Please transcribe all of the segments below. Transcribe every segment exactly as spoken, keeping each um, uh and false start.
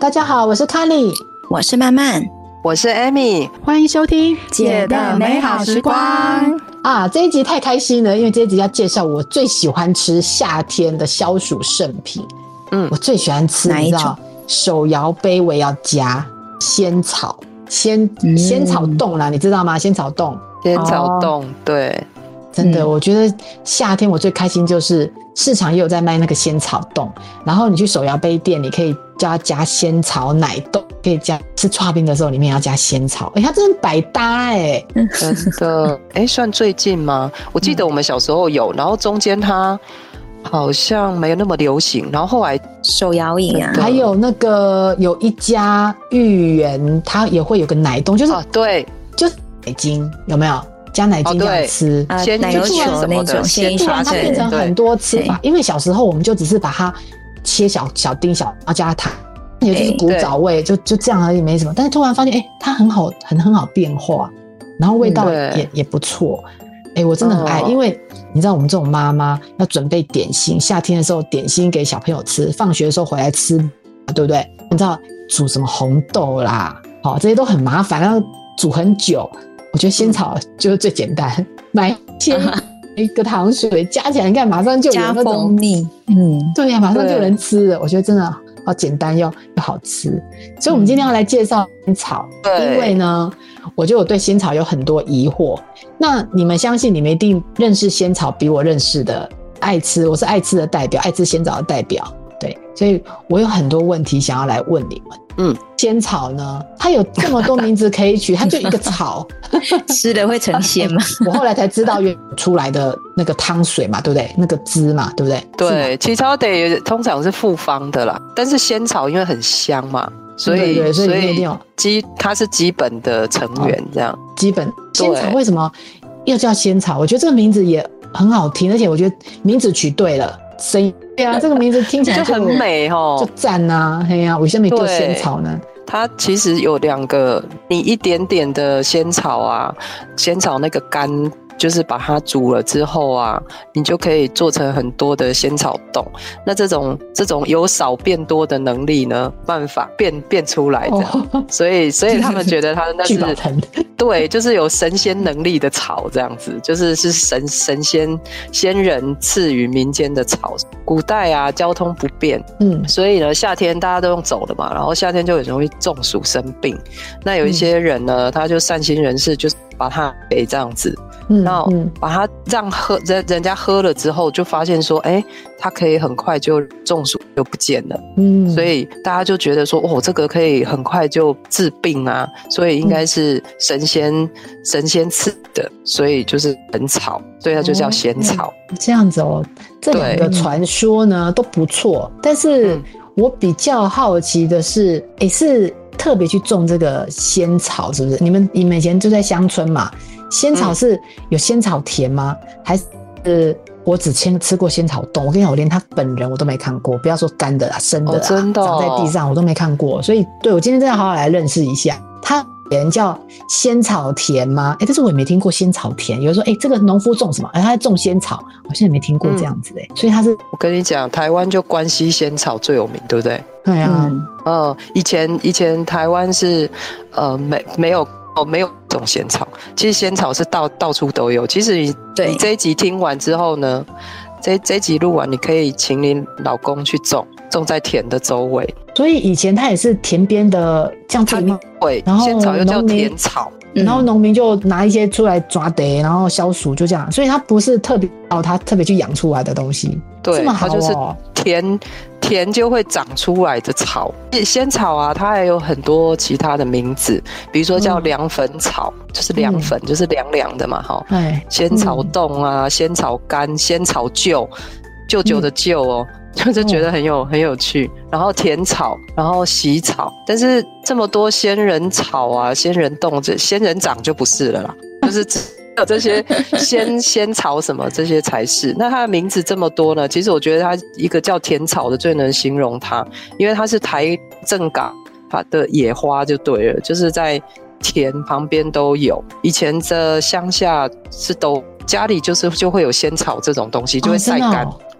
大家好，我是 Kelly， 我是曼曼， 我是 Amy， 欢迎收听姐的美好时光啊！这一集太开心了，因为这一集要介绍我最喜欢吃夏天的消暑圣品。嗯，我最喜欢吃，你知道，手摇杯我也要加仙草，仙、嗯、仙草冻啦，你知道吗？仙草冻， 仙草冻，哦、对。 真的、嗯，我觉得夏天我最开心就是市场也有在卖那个仙草冻，然后你去手摇杯店，你可以叫它加仙草奶冻，可以加吃剉冰的时候里面要加仙草，哎、欸，它真的百搭哎、欸， 真的，哎、欸，算最近吗？我记得我们小时候有，然后中间它好像没有那么流行，然后后来手摇饮啊， 还有那个有一家芋圆，它也会有个奶冻，就是、 啊、对， 就是奶精有没有？加奶精这样吃， 哦呃、奶油球那种鲜突然它变成很多吃法，因为小时候我们就只是把它切小小丁小，然后加糖，也就是古早味，就就这样而已，没什么。但是突然发现，哎、欸，它很好，很很好变化，然后味道也、嗯、也不错。哎、欸，我真的很爱、哦，因为你知道我们这种妈妈要准备点心，夏天的时候点心给小朋友吃，放学的时候回来吃，对不对？你知道煮什么红豆啦，好、哦，这些都很麻烦，要煮很久。我觉得仙草就是最简单，买鲜一个糖水加起来，你看马上就有那种加蜂蜜，嗯， 对呀、啊，马上就有人吃了。我觉得真的好简单又又好吃，所以我们今天要来介绍仙草，因为呢，我觉得我对仙草有很多疑惑。那你们相信你们一定认识仙草，比我认识的爱吃，我是爱吃的代表，爱吃仙草的代表，对，所以我有很多问题想要来问你们。嗯，仙草呢，它有这么多名字可以取，它就一个草， 吃了会成仙吗？ 我后来才知道，原出来的那个汤水嘛，对不对？那个汁嘛，对不对？ 对，起草得通常是复方的啦，但是仙草因为很香嘛，所以对对对所以所以基它是基本的成员这样。 基本仙草为什么要叫仙草？我觉得这个名字也很好听，而且我觉得名字取对了。声音对啊，这个名字听起来 就, 就很美哦， 就赞啊！嘿呀、啊，为什么叫仙草呢？ 它其实有两个，你一点点的仙草啊，仙草那个干，就是把它煮了之后啊，你就可以做成很多的仙草冻。那这种这种由少变多的能力呢，办法变变出来的，哦、所以所以他们觉得它那是对，就是有神仙能力的草，这样子，就是是神神仙仙人赐予民间的草。古代啊，交通不便，嗯，所以呢，夏天大家都用走的嘛，然后夏天就很容易中暑生病。那有一些人呢，嗯、他就善心人士，就是把它给这样子，嗯，然后把它让喝人人家喝了之后，就发现说，哎、欸，它可以很快就中暑就不见了，嗯，所以大家就觉得说，哦，这个可以很快就治病啊，所以应该是神仙、嗯、神仙赐的，所以就是本草，所以它就叫仙草。 哦嗯、这样子哦，这两个传说呢都不错，但是我比较好奇的是，哎、欸，是特别去种这个仙草，是不是？你们你们以前就在乡村嘛？仙草是有仙草田吗？嗯、还是我只吃过仙草冻？我跟你讲，我连它本人我都没看过，不要说干的啦，生的啦，哦、真的、哦、长在地上我都没看过。所以，对我今天真的好好来认识一下。它有人叫仙草田吗？哎、欸，但是我也没听过仙草田。有人说，哎、欸，这个农夫种什么？哎、欸，他在种仙草，我现在没听过这样子哎、欸嗯。所以他是， 我跟你讲，台湾就关西仙草最有名，对不对？ 对啊， 嗯，呃，以前以前台湾是呃没没有。哦，没有种仙草，其实仙草是到到处都有。其实你你这一集听完之后呢，这这一集录完，你可以请你老公去种，种在田的周围。 所以以前它也是田边的这样子吗？ 对，然后仙草又叫田草， 然后农民就拿一些出来抓地，然后消暑，就这样。所以它不是特别哦，它特别去养出来的东西， 对， 这么好哦， 它就是田。田就会长出来的草，仙草啊，它还有很多其他的名字，比如说叫凉粉草，嗯、就是凉粉，嗯、就是凉凉的嘛，哈。仙草冻啊，仙草干，仙草臼，舅舅的舅哦，嗯、就觉得很有、哦、很有趣。然后甜草，然后喜草，但是这么多仙人草啊，仙人冻，这仙人掌就不是了啦，就是。有这些仙仙草什么这些才是，那它的名字这么多呢？其实我觉得它一个叫甜草的最能形容它，因为它是台正港的野花就对了，就是在田旁边都有。以前的乡下是都家里就是就会有仙草这种东西，就会晒干。哦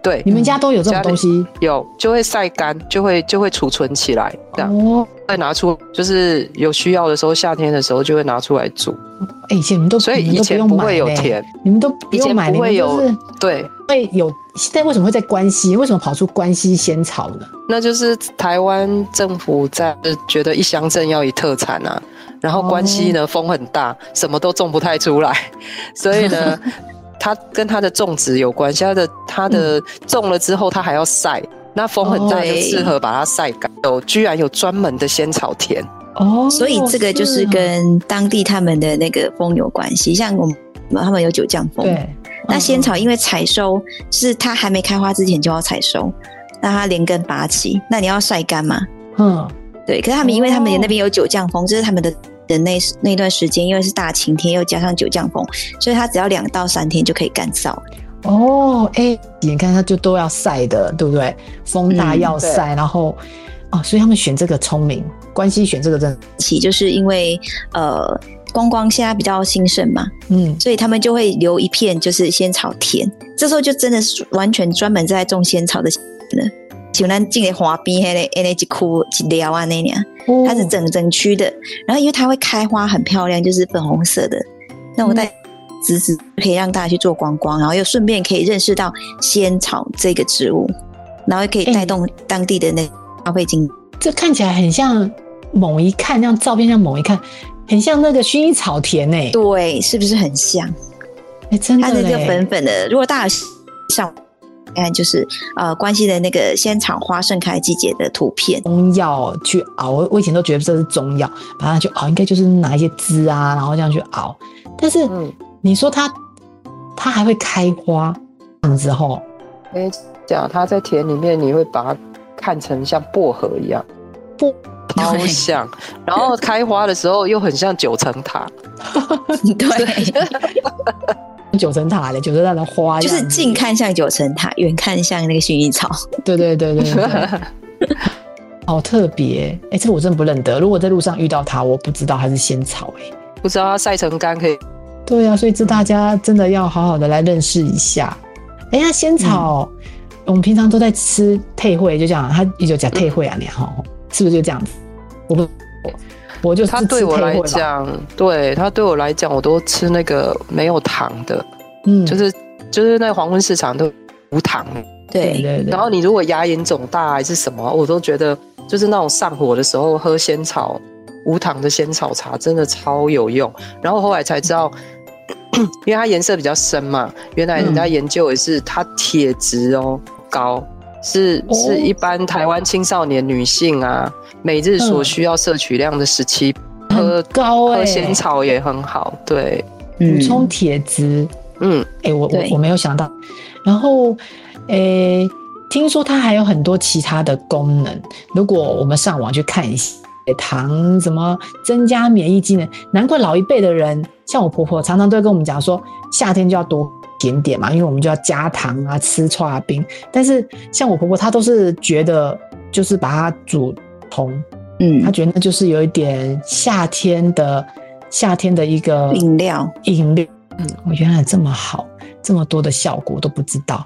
对， 你们家都有这种东西？ 有，就会晒干，就会就会储存起来，这样。哦，再拿出，就是有需要的时候，夏天的时候就会拿出来煮。 哎、欸，以前你们都， 所以以前不会有田， 你们都不用买， 以前不会有， 就是、 对， 会有。现在为什么会在关西？为什么跑出关西仙草呢？ 那就是台湾政府在觉得一乡镇要以特产啊，然后关西呢、哦、风很大，什么都种不太出来，所以呢。它跟它的种植有关系，它的它的种了之后，它还要晒，那风很大就适合把它晒干。有居然有专门的仙草田哦，所以这个就是跟当地他们的那个风有关系。像我们他们有九降风，对，那仙草因为采收是它还没开花之前就要采收，那它连根拔起，那你要晒干嘛？嗯，对。可是他们因为他们那边有九降风，这、就是他们的。的那那段时间，因为是大晴天，又加上九降风，所以它只要两到三天就可以干燥。 哦，哎、欸，你看它就都要晒的，对不对？风大要晒、嗯，然后哦，所以他们选这个聪明，关西选这个真起，就是因为呃观光现在比较兴盛嘛，嗯，所以他们就会留一片就是仙草田，这时候就真的是完全专门在种仙草的人。像咱这个花边那那一区一条啊那样，它是整整区的，然后因为它会开花很漂亮，就是粉红色的，那我带枝子可以让大家去做观光，然后又顺便可以认识到仙草这个植物，然后又可以带动当地的那消费经济。 这看起来很像猛一看，那样照片像猛一看，很像那个薰衣草田诶、欸。 对，是不是很像？ 哎、欸，真的、欸， 它的这个粉粉的，如果大家上。看就是呃关西的那个仙草花盛开季节的图片， 中药去熬，我以前都觉得这是中药，把它去熬，应该就是拿一些汁啊，然后这样去熬。但是、嗯、你说它它还会开花之后， 哎，讲它在田里面，你会把它看成像薄荷一样， 薄超像，然后开花的时候又很像九层塔， 对。 九层塔的九层塔的花就是近看像九层塔，远看像那个薰衣草。 对对对对对，好特别哎、欸！这个我真的不认得。如果在路上遇到它，我不知道它是仙草哎、欸， 不知道它晒成干可以。 对啊，所以这大家真的要好好的来认识一下。哎、欸，那仙草、嗯、我们平常都在吃退会，就这样，它有讲退会啊，你哈、嗯，是不是就这样子？我不。我就是他对我来讲，对他对我来讲，我都吃那个没有糖的，嗯，就是就是那个黄昏市场都无糖， 对对对。 然后你如果牙龈肿大还是什么，我都觉得就是那种上火的时候喝仙草无糖的仙草茶真的超有用。然后后来才知道，因为它颜色比较深嘛，原来人家研究也是它铁质哦高。是是一般台湾青少年女性啊，每日所需要摄取量的十七，喝高哎、欸， 喝仙草也很好，对， 补充铁质，嗯，哎、欸，我我我没有想到，然后，哎、欸，听说它还有很多其他的功能，如果我们上网去看一下，糖什么增加免疫机能，难怪老一辈的人，像我婆婆常常都会跟我们讲说，夏天就要多甜点嘛，因为我们就要加糖啊，吃剉冰。但是像我婆婆，她都是觉得就是把它煮红，嗯，她觉得那就是有一点夏天的夏天的一个饮料饮料。嗯，我原来这么好，这么多的效果都不知道。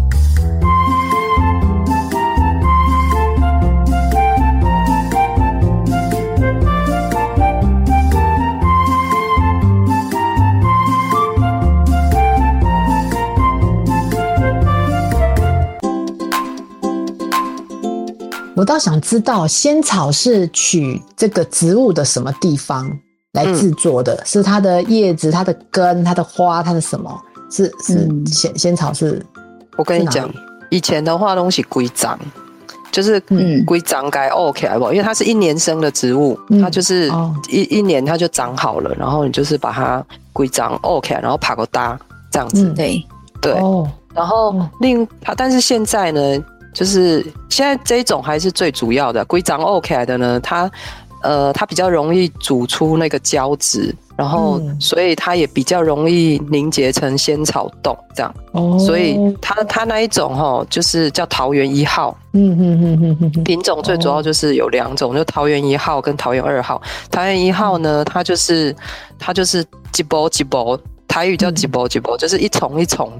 我倒想知道仙草是取这个植物的什么地方来制作的、嗯、是它的叶子、它的根、它的花、它的什么是是仙仙草是？ 我跟你讲，以前的话东西规章就是规章该 OK 好不好？因为它是一年生的植物，嗯、它就是一、哦、一年它就长好了，然后你就是把它规章 OK， 然后爬个搭这样子， 嗯、对对、哦。然后另它，但是现在呢？就是现在这一种还是最主要的，规章 OK 的呢，它呃它比较容易煮出那个胶质，然后、嗯、所以它也比较容易凝结成仙草冻这样，哦、所以它它那一种齁就是叫桃园一号，嗯嗯嗯嗯嗯，品种最主要就是有两种，就桃园一号跟桃园二号。桃园一号呢，它就是它就是一波一波，台语叫一波一波，就是一丛一丛的。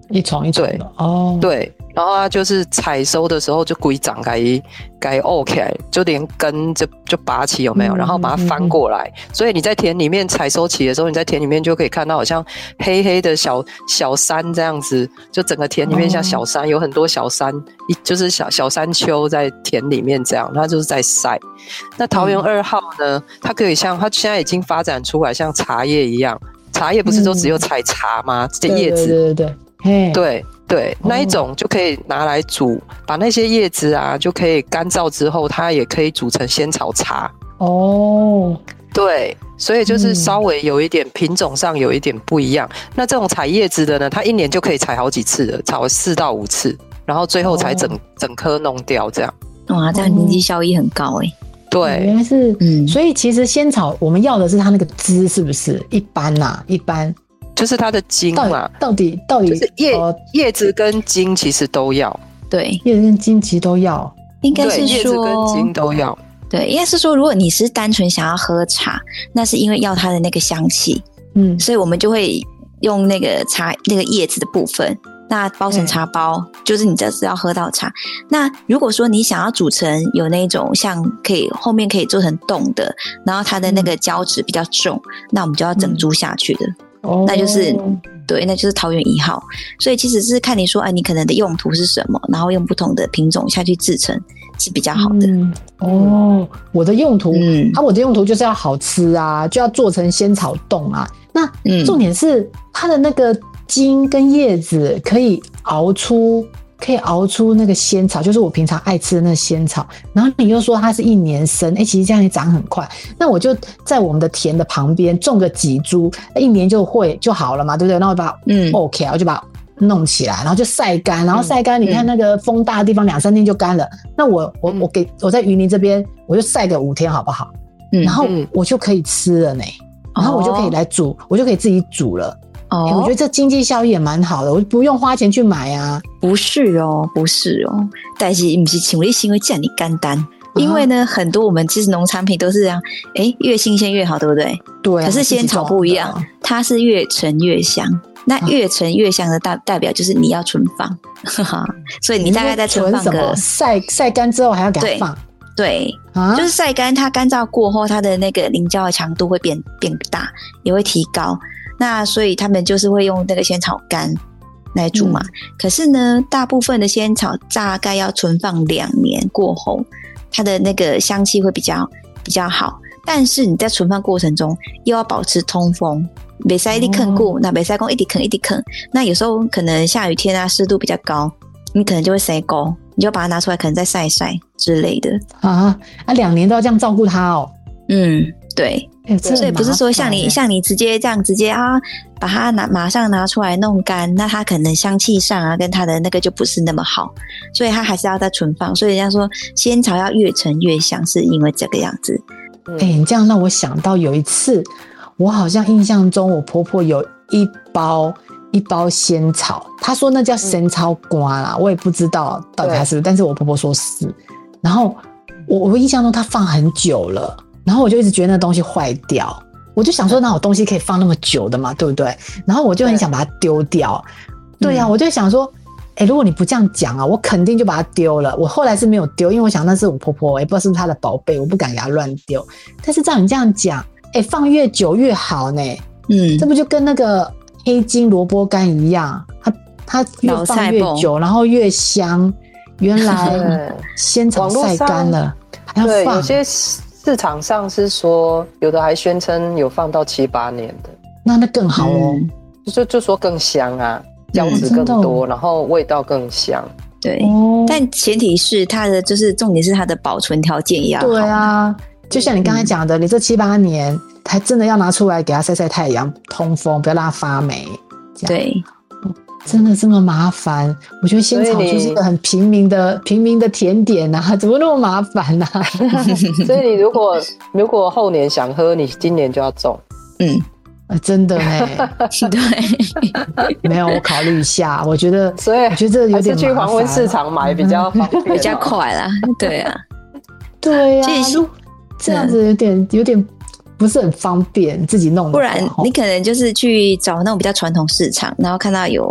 一丛一丛的哦， 对，然后它就是采收的时候就规长该该 OK， 就连根就就拔起有没有？然后把它翻过来，嗯嗯嗯，所以你在田里面采收起的时候，你在田里面就可以看到好像黑黑的小小山这样子，就整个田里面像小山，哦，有很多小山，就是小小山丘在田里面这样，它就是在晒。那桃园二号呢，它可以像它现在已经发展出来像茶叶一样，茶叶不是都只有采茶吗？这、嗯、叶子， 对对对对， 对对，那一种就可以拿来煮，把那些叶子啊就可以干燥之后，它也可以煮成仙草茶。 哦， 对，所以就是稍微有一点品种上有一点不一样。嗯、那这种采叶子的呢，它一年就可以采好几次了，采四到五次，然后最后才整、哦、整颗弄掉这样。 哇，这样经济效益很高哎。 对， 原来是，嗯，所以其实仙草我们要的是它那个枝，是不是？一般呐、啊，一般。 就是它的茎嘛， 到底到底就是叶、呃、叶子跟茎其实都要， 对， 叶子跟茎其实都要， 应该是说叶子跟茎都要， 对，应该是说如果你是单纯想要喝茶，那是因为要它的那个香气，嗯，所以我们就会用那个茶那个叶子的部分，那包成茶包，嗯、就是你只要喝到茶。那如果说你想要煮成有那种像可以后面可以做成冻的，然后它的那个胶质比较重，嗯、那我们就要整株下去的。嗯那就是对，那就是桃园一号。所以其实是看你说，哎，你可能的用途是什么，然后用不同的品种下去制成是比较好的。 嗯、哦，我的用途，嗯，啊，我的用途就是要好吃啊，就要做成仙草冻啊。那重点是它的那个茎跟叶子可以熬出。可以熬出那个仙草，就是我平常爱吃的那个仙草。然后你又说它是一年生，哎、欸，其实这样也长很快。那我就在我们的田的旁边种个几株，一年就会就好了嘛，对不对？然后我把它嗯 OK， 我就把它弄起来，然后就晒干，然后晒干，你看那个风大的地方两三天就干了。那我我我给我在云林这边，我就晒个五天好不好？嗯，然后我就可以吃了呢，然后我就可以来煮，哦、我就可以自己煮了。哦、欸，我觉得这经济效益也蛮好的，我不用花钱去买啊。 不是哦，不是哦，但是不是请问是因为这样你简单，因为呢，很多我们其实农产品都是这样，哎、欸，越新鲜越好，对不对？ 对、啊。 可是仙草不一样，它是越陈越香。那越陈越香的代代表就是你要存放，所以你大概在存放个晒晒干之后还要给它放。 对，对啊、就是晒干，它干燥过后，它的那个凝胶的强度会变变大，也会提高。那所以他们就是会用那个仙草干来煮嘛、嗯、可是呢大部分的仙草大概要存放两年过后，它的那个香气会比较比较好，但是你在存放过程中又要保持通风，不可以一直坑过、哦、那不可以一直坑一直坑，那有时候可能下雨天啊湿度比较高，你可能就会生垢，你就把它拿出来可能再晒一晒之类的啊啊两年都要这样照顾它哦。 嗯，对， 欸、 所以不是说像你像你直接这样直接啊把它拿马上拿出来弄干，那它可能香气上啊跟它的那个就不是那么好，所以它还是要再存放。所以人家说仙草要越陈越香，是因为这个样子。 哎、欸，你这样让我想到有一次，我好像印象中我婆婆有一包一包仙草，她说那叫仙草瓜啦，我也不知道到底它是不是，但是我婆婆说是。然后我我印象中她放很久了。然后我就一直觉得那东西坏掉，我就想说哪有东西可以放那么久的嘛，对不对？然后我就很想把它丢掉。对呀、啊嗯，我就想说，哎、欸，如果你不这样讲啊，我肯定就把它丢了。我后来是没有丢，因为我想那是我婆婆，也不知道是不是她的宝贝，我不敢给她乱丢。但是照你这样讲，哎、欸，放越久越好呢。嗯，这不就跟那个黑金萝卜干一样，它它越放越久，然后越香。原来仙草晒干了还要放。 对，有些市场上是说，有的还宣称有放到七八年的， 那那更好哦， 嗯、就就说更香啊，胶质更多、嗯，然后味道更香。 对、哦，但前提是它的就是重点是它的保存条件也要好。 对啊，就像你刚才讲的、嗯，你这七八年还真的要拿出来给它晒晒太阳、通风，不要让它发霉。 对。 真的这么麻烦？我觉得仙草就是一个很平民的平民的甜点啊，怎么那么麻烦啊？ 所以你如果如果后年想喝，你今年就要种。 嗯， 呃、真的呢。对，没有，我考虑一下。我觉得， 所以我觉得这有点麻烦，还是去黄昏市场买比较方便， 比较快啦。对啊， 对啊，这样子有点有点。不是很方便自己弄的， 不然你可能就是去找那种比较传统市场，然后看到有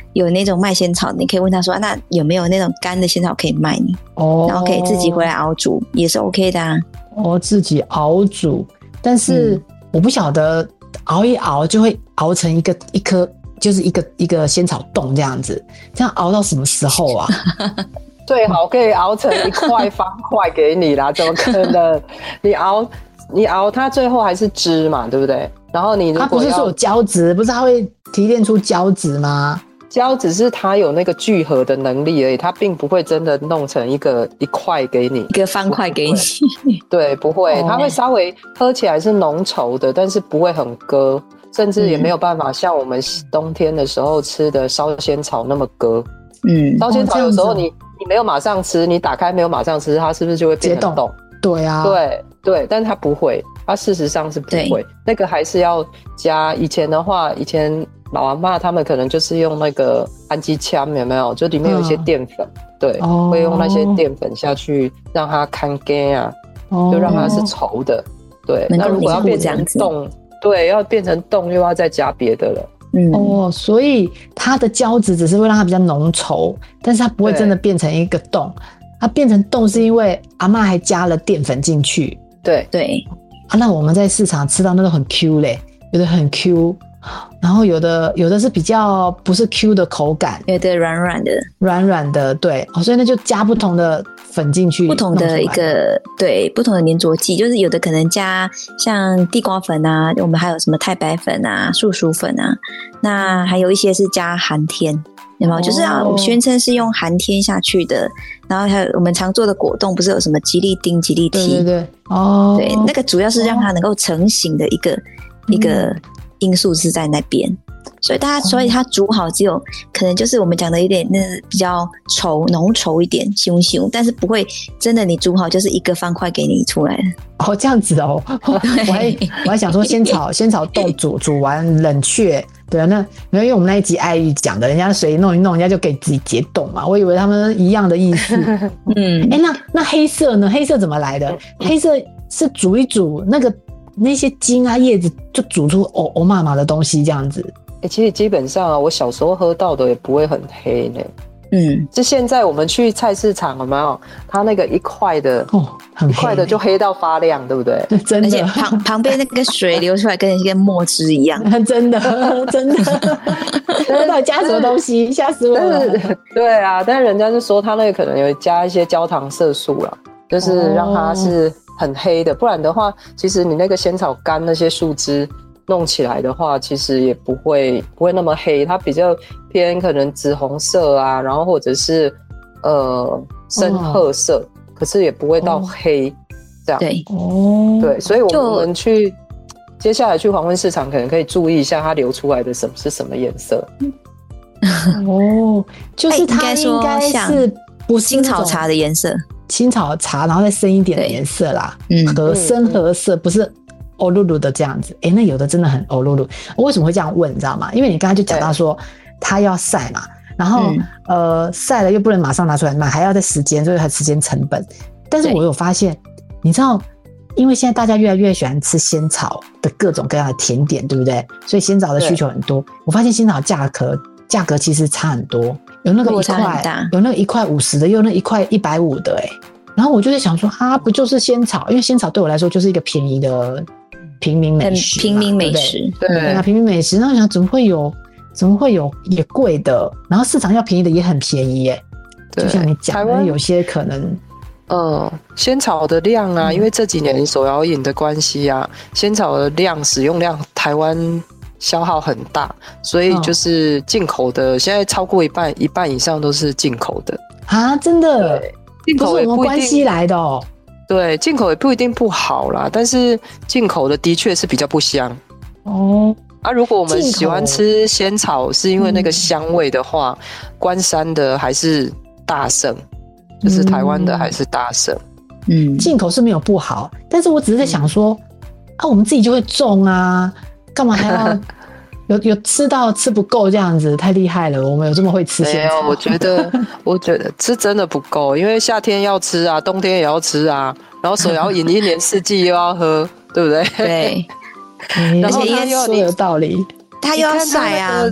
有那种卖仙草，你可以问他说、啊、那有没有那种干的仙草可以卖你、哦、然后可以自己回来熬煮也是 OK 的啊。 哦，自己熬煮，但是我不晓得熬一熬就会熬成一个一颗，就是一个一个仙草冻这样子，这样熬到什么时候啊？ 最好可以熬成一块方块给你啦，怎么可能？你熬你熬它最后还是汁嘛，对不对？然后你如果要它不是说有胶质，不是它会提炼出胶质吗？ 胶只是它有那个聚合的能力而已，它并不会真的弄成一个一块给你， 一个方块给你。 对，不会，它会稍微喝起来是浓稠的，但是不会很割，甚至也没有办法像我们冬天的时候吃的烧仙草那么割。嗯，烧仙草有时候你、哦、你没有马上吃，你打开没有马上吃，它是不是就会变成冻？ 对啊， 对对，但是它不会，它事实上是不会，那个还是要加。以前的话，以前老阿嬷他们可能就是用那个氨基羟，有没有？就里面有一些淀粉，嗯、对、哦，会用那些淀粉下去让它看干啊，就让它是稠的。对，那如果要变成冻，对，要变成冻又要再加别的了。 嗯哦，所以它的胶质只是会让它比较浓稠，但是它不会真的变成一个冻。它变成冻是因为阿嬷还加了淀粉进去。 对对啊，那我们在市场吃到那都很 Q 嘞，有的很 Q， 然后有的有的是比较不是 Q 的口感， 有的软软的， 软软的，对、哦，所以那就加不同的粉进去， 不同的一个对不同的粘着剂，就是有的可能加像地瓜粉啊，我们还有什么太白粉啊、树薯粉啊，那还有一些是加寒天。有没有？就是啊，我宣称是用寒天下去的，然后还有我们常做的果冻，不是有什么吉利丁、吉利 T？ 对对对，哦， 对，那个主要是让它能够成型的一个、嗯、一个因素是在那边，所以大家，所以它煮好只有可能就是我们讲的一点那比较稠、浓稠一点、凶凶，但是不会真的你煮好就是一个方块给你出来的。 哦，这样子哦，我还我还想说仙草仙草冻煮煮完冷却。对啊，那因为我们那一集爱玉讲的，人家水弄一弄，人家就给自己解冻嘛。我以为他们一样的意思。嗯，哎、欸，那那黑色呢？黑色怎么来的？黑色是煮一煮，那个那些茎啊叶子就煮出欧欧麻麻的东西这样子。 哎、欸，其实基本上啊，我小时候喝到的也不会很黑呢。嗯，就现在我们去菜市场有没有？它那个一块的，哦，很黑，一块的就黑到发亮，对不对？ 真的， 而且旁旁边那个水流出来跟一个墨汁一样， 真的真的。那到底加什么东西？吓死我了！ 对啊，但是人家是说它那个可能有加一些焦糖色素啦，就是让它是很黑的，不然的话，其实你那个仙草干那些树枝弄起来的话，其实也不会不会那么黑，它比较偏可能紫红色啊，然后或者是呃深褐色，哦、可是也不会到黑、哦、这样。对哦，对，所以我们去接下来去黄昏市场，可能可以注意一下它流出来的什么是什么颜色。 哦，就是它应该是不是青草茶的颜色， 青草茶，然后再深一点的颜色啦，嗯，和深褐色，不是欧露露的这样子。哎、欸，那有的真的很欧露露。我为什么会这样问，你知道吗？因为你刚才就讲到说它要晒嘛，然后、嗯、呃晒了又不能马上拿出来卖，还要在时间，就是还时间成本。但是我有发现，你知道，因为现在大家越来越喜欢吃仙草的各种各样的甜点，对不对？所以仙草的需求很多。我发现仙草价格价格其实差很多，有那个一块，有那个一块五十的，又那一块一百五的、欸，哎。然后我就在想说，啊，不就是仙草？因为仙草对我来说就是一个便宜的平民美食， 平民美食， 对对啊，平民美食。那我想怎么会有，怎么会有也贵的？然后市场要便宜的也很便宜耶、欸。就像你讲的，有些可能。 嗯，仙草的量啊，因为这几年手摇饮的关系啊，仙草的量使用量台湾消耗很大，所以就是进口的，现在超过一半，一半以上都是进口的啊！真的，进口也不一定，不是我们关西来的哦。 对，进口也不一定不好啦，但是进口的的确是比较不香哦。啊，如果我们喜欢吃仙草，是因为那个香味的话，嗯、关山的还是大胜。就是台湾的还是大胜， 嗯，进口是没有不好，但是我只是在想说，嗯、啊，我们自己就会种啊，干嘛还要有有吃到吃不够这样子？太厉害了，我们有这么会吃仙草？ 没有，我觉得，我觉得是真的不够，因为夏天要吃啊，冬天也要吃啊，然后手摇饮一年四季又要喝，对不对？ 对， 然后它又有道理， 它又要晒啊。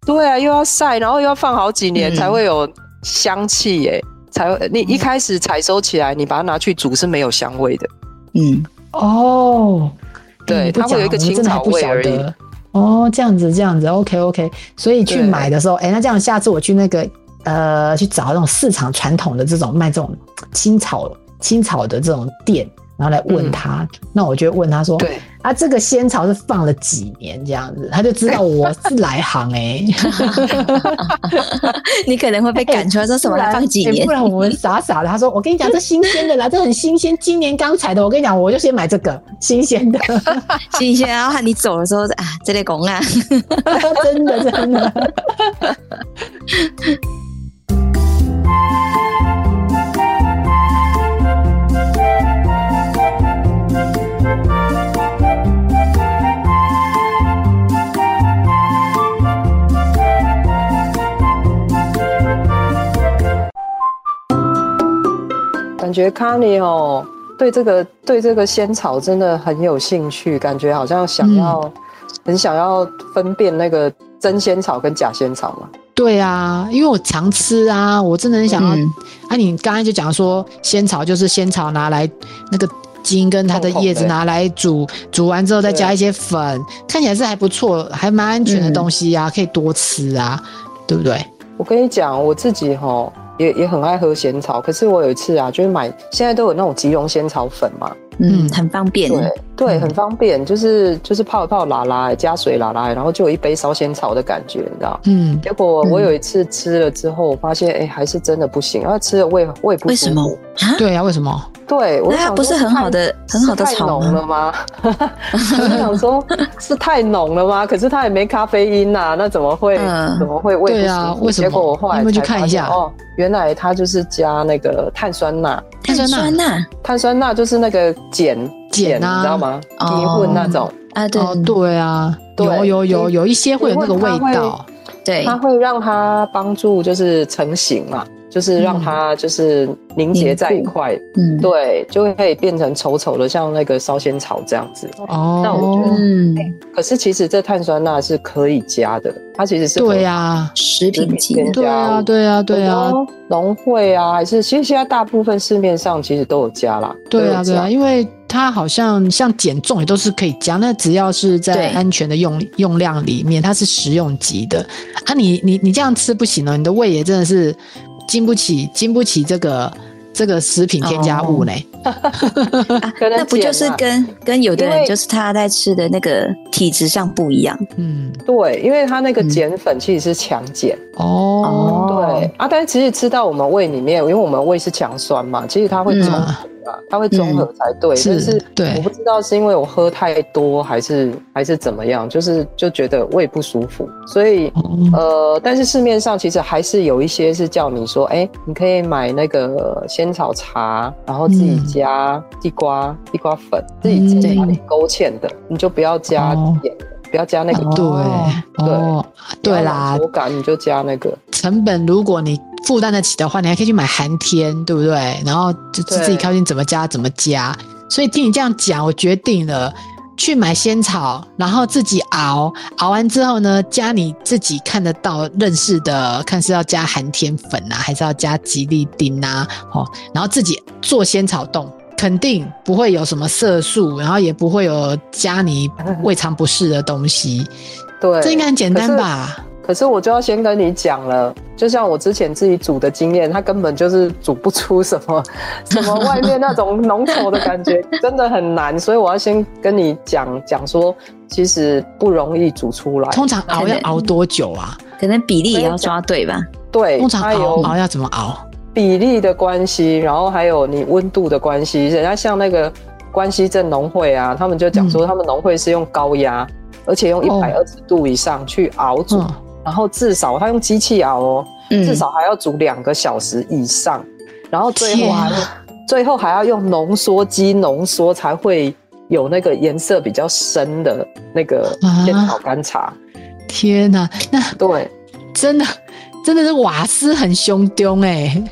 对啊，又要晒，然后又要放好几年才会有香气耶、欸嗯，才会你一开始采收起来，你把它拿去煮是没有香味的。 嗯，哦， 对，它会有一个青草味而已。 哦，这样子，这样子 ，OK OK。所以去买的时候，哎、欸，那这样下次我去那个呃，去找那种市场传统的这种卖这种青草青草的这种店，然后来问他。嗯、那我就问他说，对啊，这个仙草是放了几年这样子，他就知道我是来行哎、 欸。你可能会被赶出来说什么来放几年、 欸，不然我们傻傻的。他说，我跟你讲，这新鲜的啦，这很新鲜，今年刚采的。我跟你讲，我就先买这个新鲜的， 新鲜。然后喊你走的时候啊，这类公啊， 真的真的。 感觉卡尼哦，对这个对这个仙草真的很有兴趣，感觉好像想要、嗯、很想要分辨那个真仙草跟假仙草嘛。 对啊，因为我常吃啊，我真的很想要。嗯、啊，你刚才就讲说仙草就是仙草拿来那个茎跟它的叶子拿来煮，煮完之后再加一些粉，看起来是还不错，还蛮安全的东西啊，嗯、可以多吃啊，对不对？ 我跟你讲，我自己齁。也也很爱喝仙草，可是我有一次啊，就是买现在都有那种即溶仙草粉嘛， 嗯，很方便， 对对，很方便，就是就是泡一泡拉拉，加水拉拉，然后就有一杯烧仙草的感觉，你知道？嗯，结果我有一次吃了之后，我发现哎、欸，还是真的不行，然后吃了胃胃不舒服。 为什么？ 对啊，为什么？ 对，我那它不是很好的很好的草吗？ 太浓了吗？我想说，是太浓了吗？可是它也没咖啡因呐、啊，那怎么会、嗯、怎么会胃不舒服？对啊， 为什么？ 结果我后来才去看一下哦，原来它就是加那个碳酸钠。 碳酸钠， 碳酸钠就是那个碱碱啊， 你知道吗？迷混那种啊，对、 哦、对啊，有有有有一些会有那个味道， 对， 它会让它帮助就是成型嘛。就是让它就是凝结在一块，嗯，对，就会可以变成稠稠的，像那个烧仙草这样子。哦，那我觉得，嗯，可是其实这碳酸钠是可以加的，它其实是对啊， 食品级的， 对啊，对啊，对啊， 农会啊，还是其实现在大部分市面上其实都有加啦。 对啊，对啊，因为它好像像减重也都是可以加，那只要是在安全的用用量里面，它是食用级的啊你。你你你这样吃不行哦，你的胃也真的是。经不起，经不起这个这个食品添加物呢、哦啊？那不就是跟跟有的人就是他在吃的那个体质上不一样？ 嗯，对，因为他那个碱粉其实是强碱、嗯、哦，对啊，但是其实吃到我们胃里面，因为我们胃是强酸嘛，其实它会中和、嗯、它会中和才对，嗯、但是对，我不知道是因为我喝太多还是还是怎么样，就是就觉得胃不舒服，所以、嗯、呃，但是市面上其实还是有一些是叫你说，哎、欸，你可以买那个仙草茶，然后自己加地瓜、嗯、地瓜粉，自己自己把你勾芡的，你就不要加盐。哦，不要加那个， 对、哦、对对啦， 口感你就加那个。 成本如果你负担得起的话，你还可以去买寒天，对不对？然后就自己靠近怎么加怎么加。所以听你这样讲，我决定了去买仙草，然后自己熬，熬完之后呢，加你自己看得到认识的，看是要加寒天粉啊，还是要加吉利丁啊，哦，然后自己做仙草冻。肯定不会有什么色素，然后也不会有加你胃肠不适的东西。 对， 这应该很简单吧？ 可是，可是我就要先跟你讲了，就像我之前自己煮的经验，它根本就是煮不出什么什么外面那种浓稠的感觉，真的很难。所以我要先跟你讲讲说，其实不容易煮出来。 通常熬要熬多久啊？ 可能比例也要抓对吧？ 对， 通常熬熬要怎么熬？ 比例的关系，然后还有你温度的关系，人家像那个关西镇农会啊，他们就讲说他们农会是用高压、嗯，而且用一百二十度以上去熬煮、哦，然后至少他用机器熬哦、嗯，至少还要煮两个小时以上，然后最后还最后还要用浓缩机浓缩才会有那个颜色比较深的那个仙草干茶。啊、 天哪，那对， 真的真的是瓦斯很凶凶哎、欸。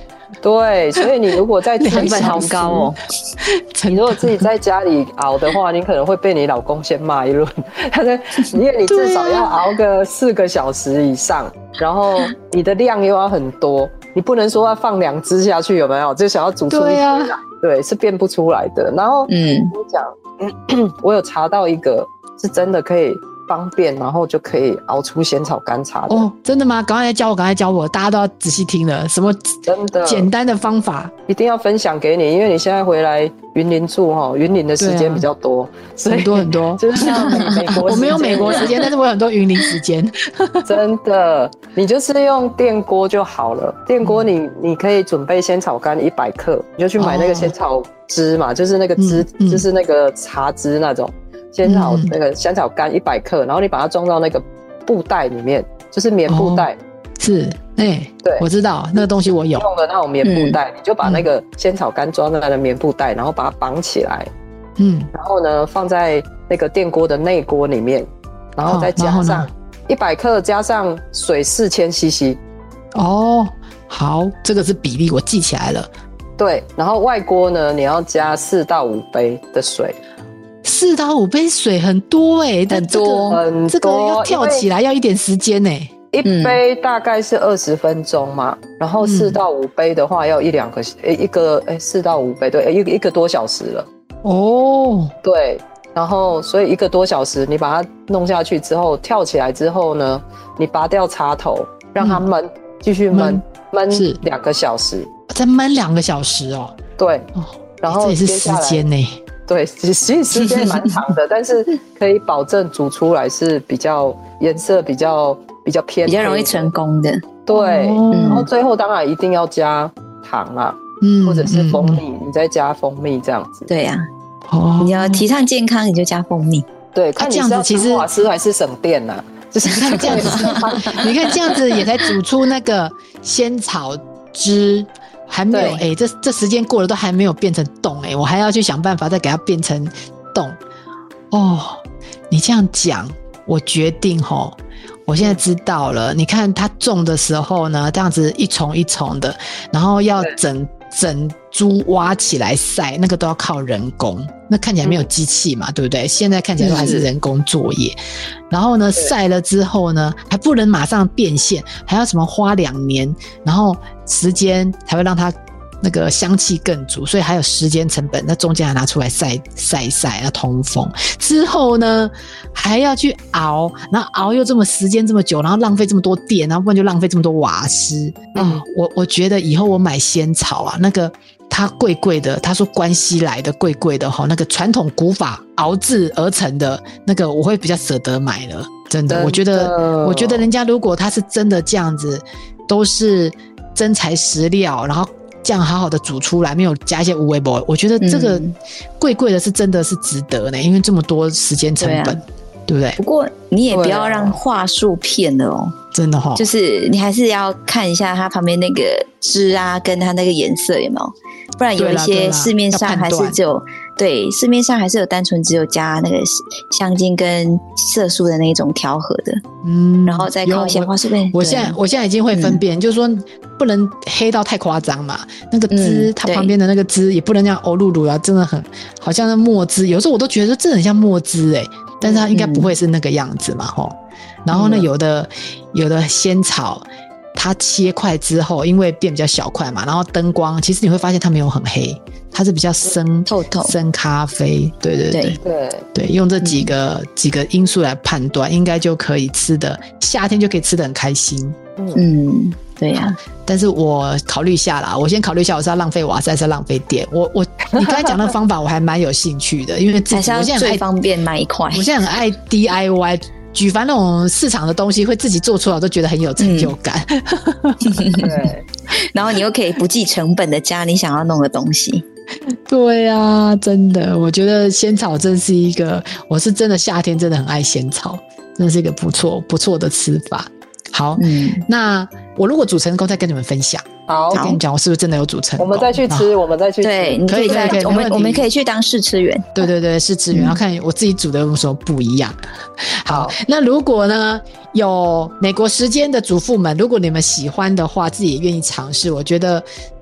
对，所以你如果在成本好高哦。 你如果自己在家里熬的话，你可能会被你老公先骂一轮。因为你至少要熬个四个小时以上，然后你的量又要很多，你不能说要放两只下去，有没有？就想要煮出一只来，对啊，对，是变不出来的。然后，嗯，我讲，我有查到一个是真的可以方便，然后就可以熬出仙草干茶的。 哦，真的吗？赶快来教我，赶快教我，大家都要仔细听了。什么真的简单的方法， 一定要分享给你，因为你现在回来云林住哈，云林的时间比较多，啊、 很多很多， 就是像美国， 我没有美国时间，但是我有很多云林时间。 真的，你就是用电锅就好了。电锅你、嗯、你可以准备仙草干一百克，你就去买那个仙草汁嘛，哦、就是那个汁、嗯，就是那个茶汁那种。仙草、嗯、那个仙草干一百克，然后你把它装到那个布袋里面，就是棉布袋。哦、 是，哎、欸，对，我知道那个东西我有用的那种棉布袋、嗯，你就把那个仙草干装在那个棉布袋，然后把它绑起来，嗯，然后呢放在那个电锅的内锅里面，然后再加上一百克加上水四千 C C。 哦，好，这个是比例，我记起来了。 对，然后外锅呢，你要加四到五杯的水。 四到五杯水很多哎、欸， 很多、这个、很多， 这个要跳起来要一点时间哎、欸。 一杯大概是二十分钟嘛，嗯、然后四到五杯的话要一两个，哎、嗯，一个哎四到五杯，对，一个一个多小时了。哦，对，然后所以一个多小时，你把它弄下去之后，跳起来之后呢，你拔掉插头，让它焖，继、嗯、续焖，焖两个小时， 再焖两个小时哦。 对，哦、然后这也是时间呢、欸。 对，其实时间蛮长的，但是可以保证煮出来是比较颜色比较比较偏， 比较容易成功的。 对、哦，然后最后当然一定要加糖啊，嗯，或者是蜂蜜，嗯、你再加蜂蜜这样子。 对呀、啊，哦，你要提倡健康，你就加蜂蜜。 对，看你是要省瓦斯还是省电啊？ 就是看这样子，你看这样子也才煮出那个仙草汁。还没有哎、欸，这这时间过了都还没有变成冻哎、欸，我还要去想办法再给它变成冻哦。你这样讲，我决定齁，我现在知道了。你看它种的时候呢，这样子一丛一丛的，然后要整整株挖起来晒，那个都要靠人工，那看起来没有机器嘛，嗯、对不对？现在看起来都还是人工作业。然后呢，晒了之后呢，还不能马上变现，还要什么花两年，然后时间才会让它那个香气更足，所以还有时间成本。那中间还拿出来晒晒一晒，要通风。之后呢，还要去熬，然后熬又这么时间这么久，然后浪费这么多电，然后不然就浪费这么多瓦斯。嗯，哦、我我觉得以后我买仙草啊，那个它贵贵的，他说关西来的贵贵的哈，那个传统古法熬制而成的那个，我会比较舍得买了。真的，我觉得，我觉得人家如果他是真的这样子，都是真材实料，然后这样好好的煮出来，没有加一些无为博，我觉得这个贵贵的是真的是值得呢，因为这么多时间成本， 对,、啊、对不对？ 不过你也不要让话术骗了哦， 真的哈、哦， 就是你还是要看一下它旁边那个汁啊，跟它那个颜色有没有，不然有一些市面上还是只有。对，市面上还是有单纯只有加那个香精跟色素的那种调和的，嗯，然后再靠鲜花素片。 我现在我现在已经会分辨，嗯、就是说不能黑到太夸张嘛。那个汁、嗯，它旁边的那个汁也不能这样欧露露啊，真的很好像是墨汁。有时候我都觉得这很像墨汁哎、欸，但是它应该不会是那个样子嘛吼、嗯。然后呢，有的有的仙草。它切块之后，因为变比较小块嘛，然后灯光，其实你会发现它没有很黑，它是比较深透透深咖啡，对对对对对，用这几个、嗯、几个因素来判断，应该就可以吃的，夏天就可以吃得很开心。 嗯，对呀、啊。 但是我考虑一下啦，我先考虑一下，我是要浪费瓦斯还是要浪费电？我我你刚才讲的方法我还蛮有兴趣的，因为自己还是要最方便那一块。 我现在很爱 D I Y。举凡那种市场的东西会自己做出来，我都觉得很有成就感。 嗯、对，然后你又可以不计成本的加你想要弄的东西。 对啊，真的，我觉得仙草真是一个，我是真的夏天真的很爱仙草，真的是一个不错不错的吃法。好，嗯，那我如果煮成功再跟你们分享。 好， 再跟你讲我是不是真的有煮成功。 我们再去吃，我们再去吃。 对，你可以在我们我们可以去当试吃员。 对对对，试吃员，然后看我自己煮的有什么不一样。好，那如果呢有美国时间的主妇们，如果你们喜欢的话，自己也愿意尝试，我觉得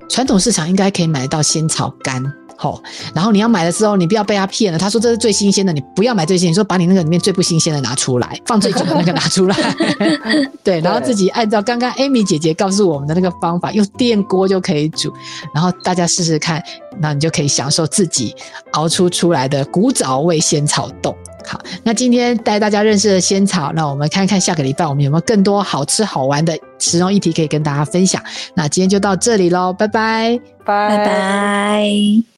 传统市场应该可以买得到仙草干。哦，然后你要买的时候，你不要被他骗了。他说这是最新鲜的，你不要买最新鲜，你说把你那个里面最不新鲜的拿出来，放最久的那个拿出来。对，然后自己按照刚刚 Amy 姐姐告诉我们的那个方法，用电锅就可以煮，然后大家试试看，那你就可以享受自己熬出出来的古早味仙草冻。好，那今天带大家认识了仙草，那我们看看下个礼拜我们有没有更多好吃好玩的食农议题可以跟大家分享。那今天就到这里咯，拜拜， 拜拜。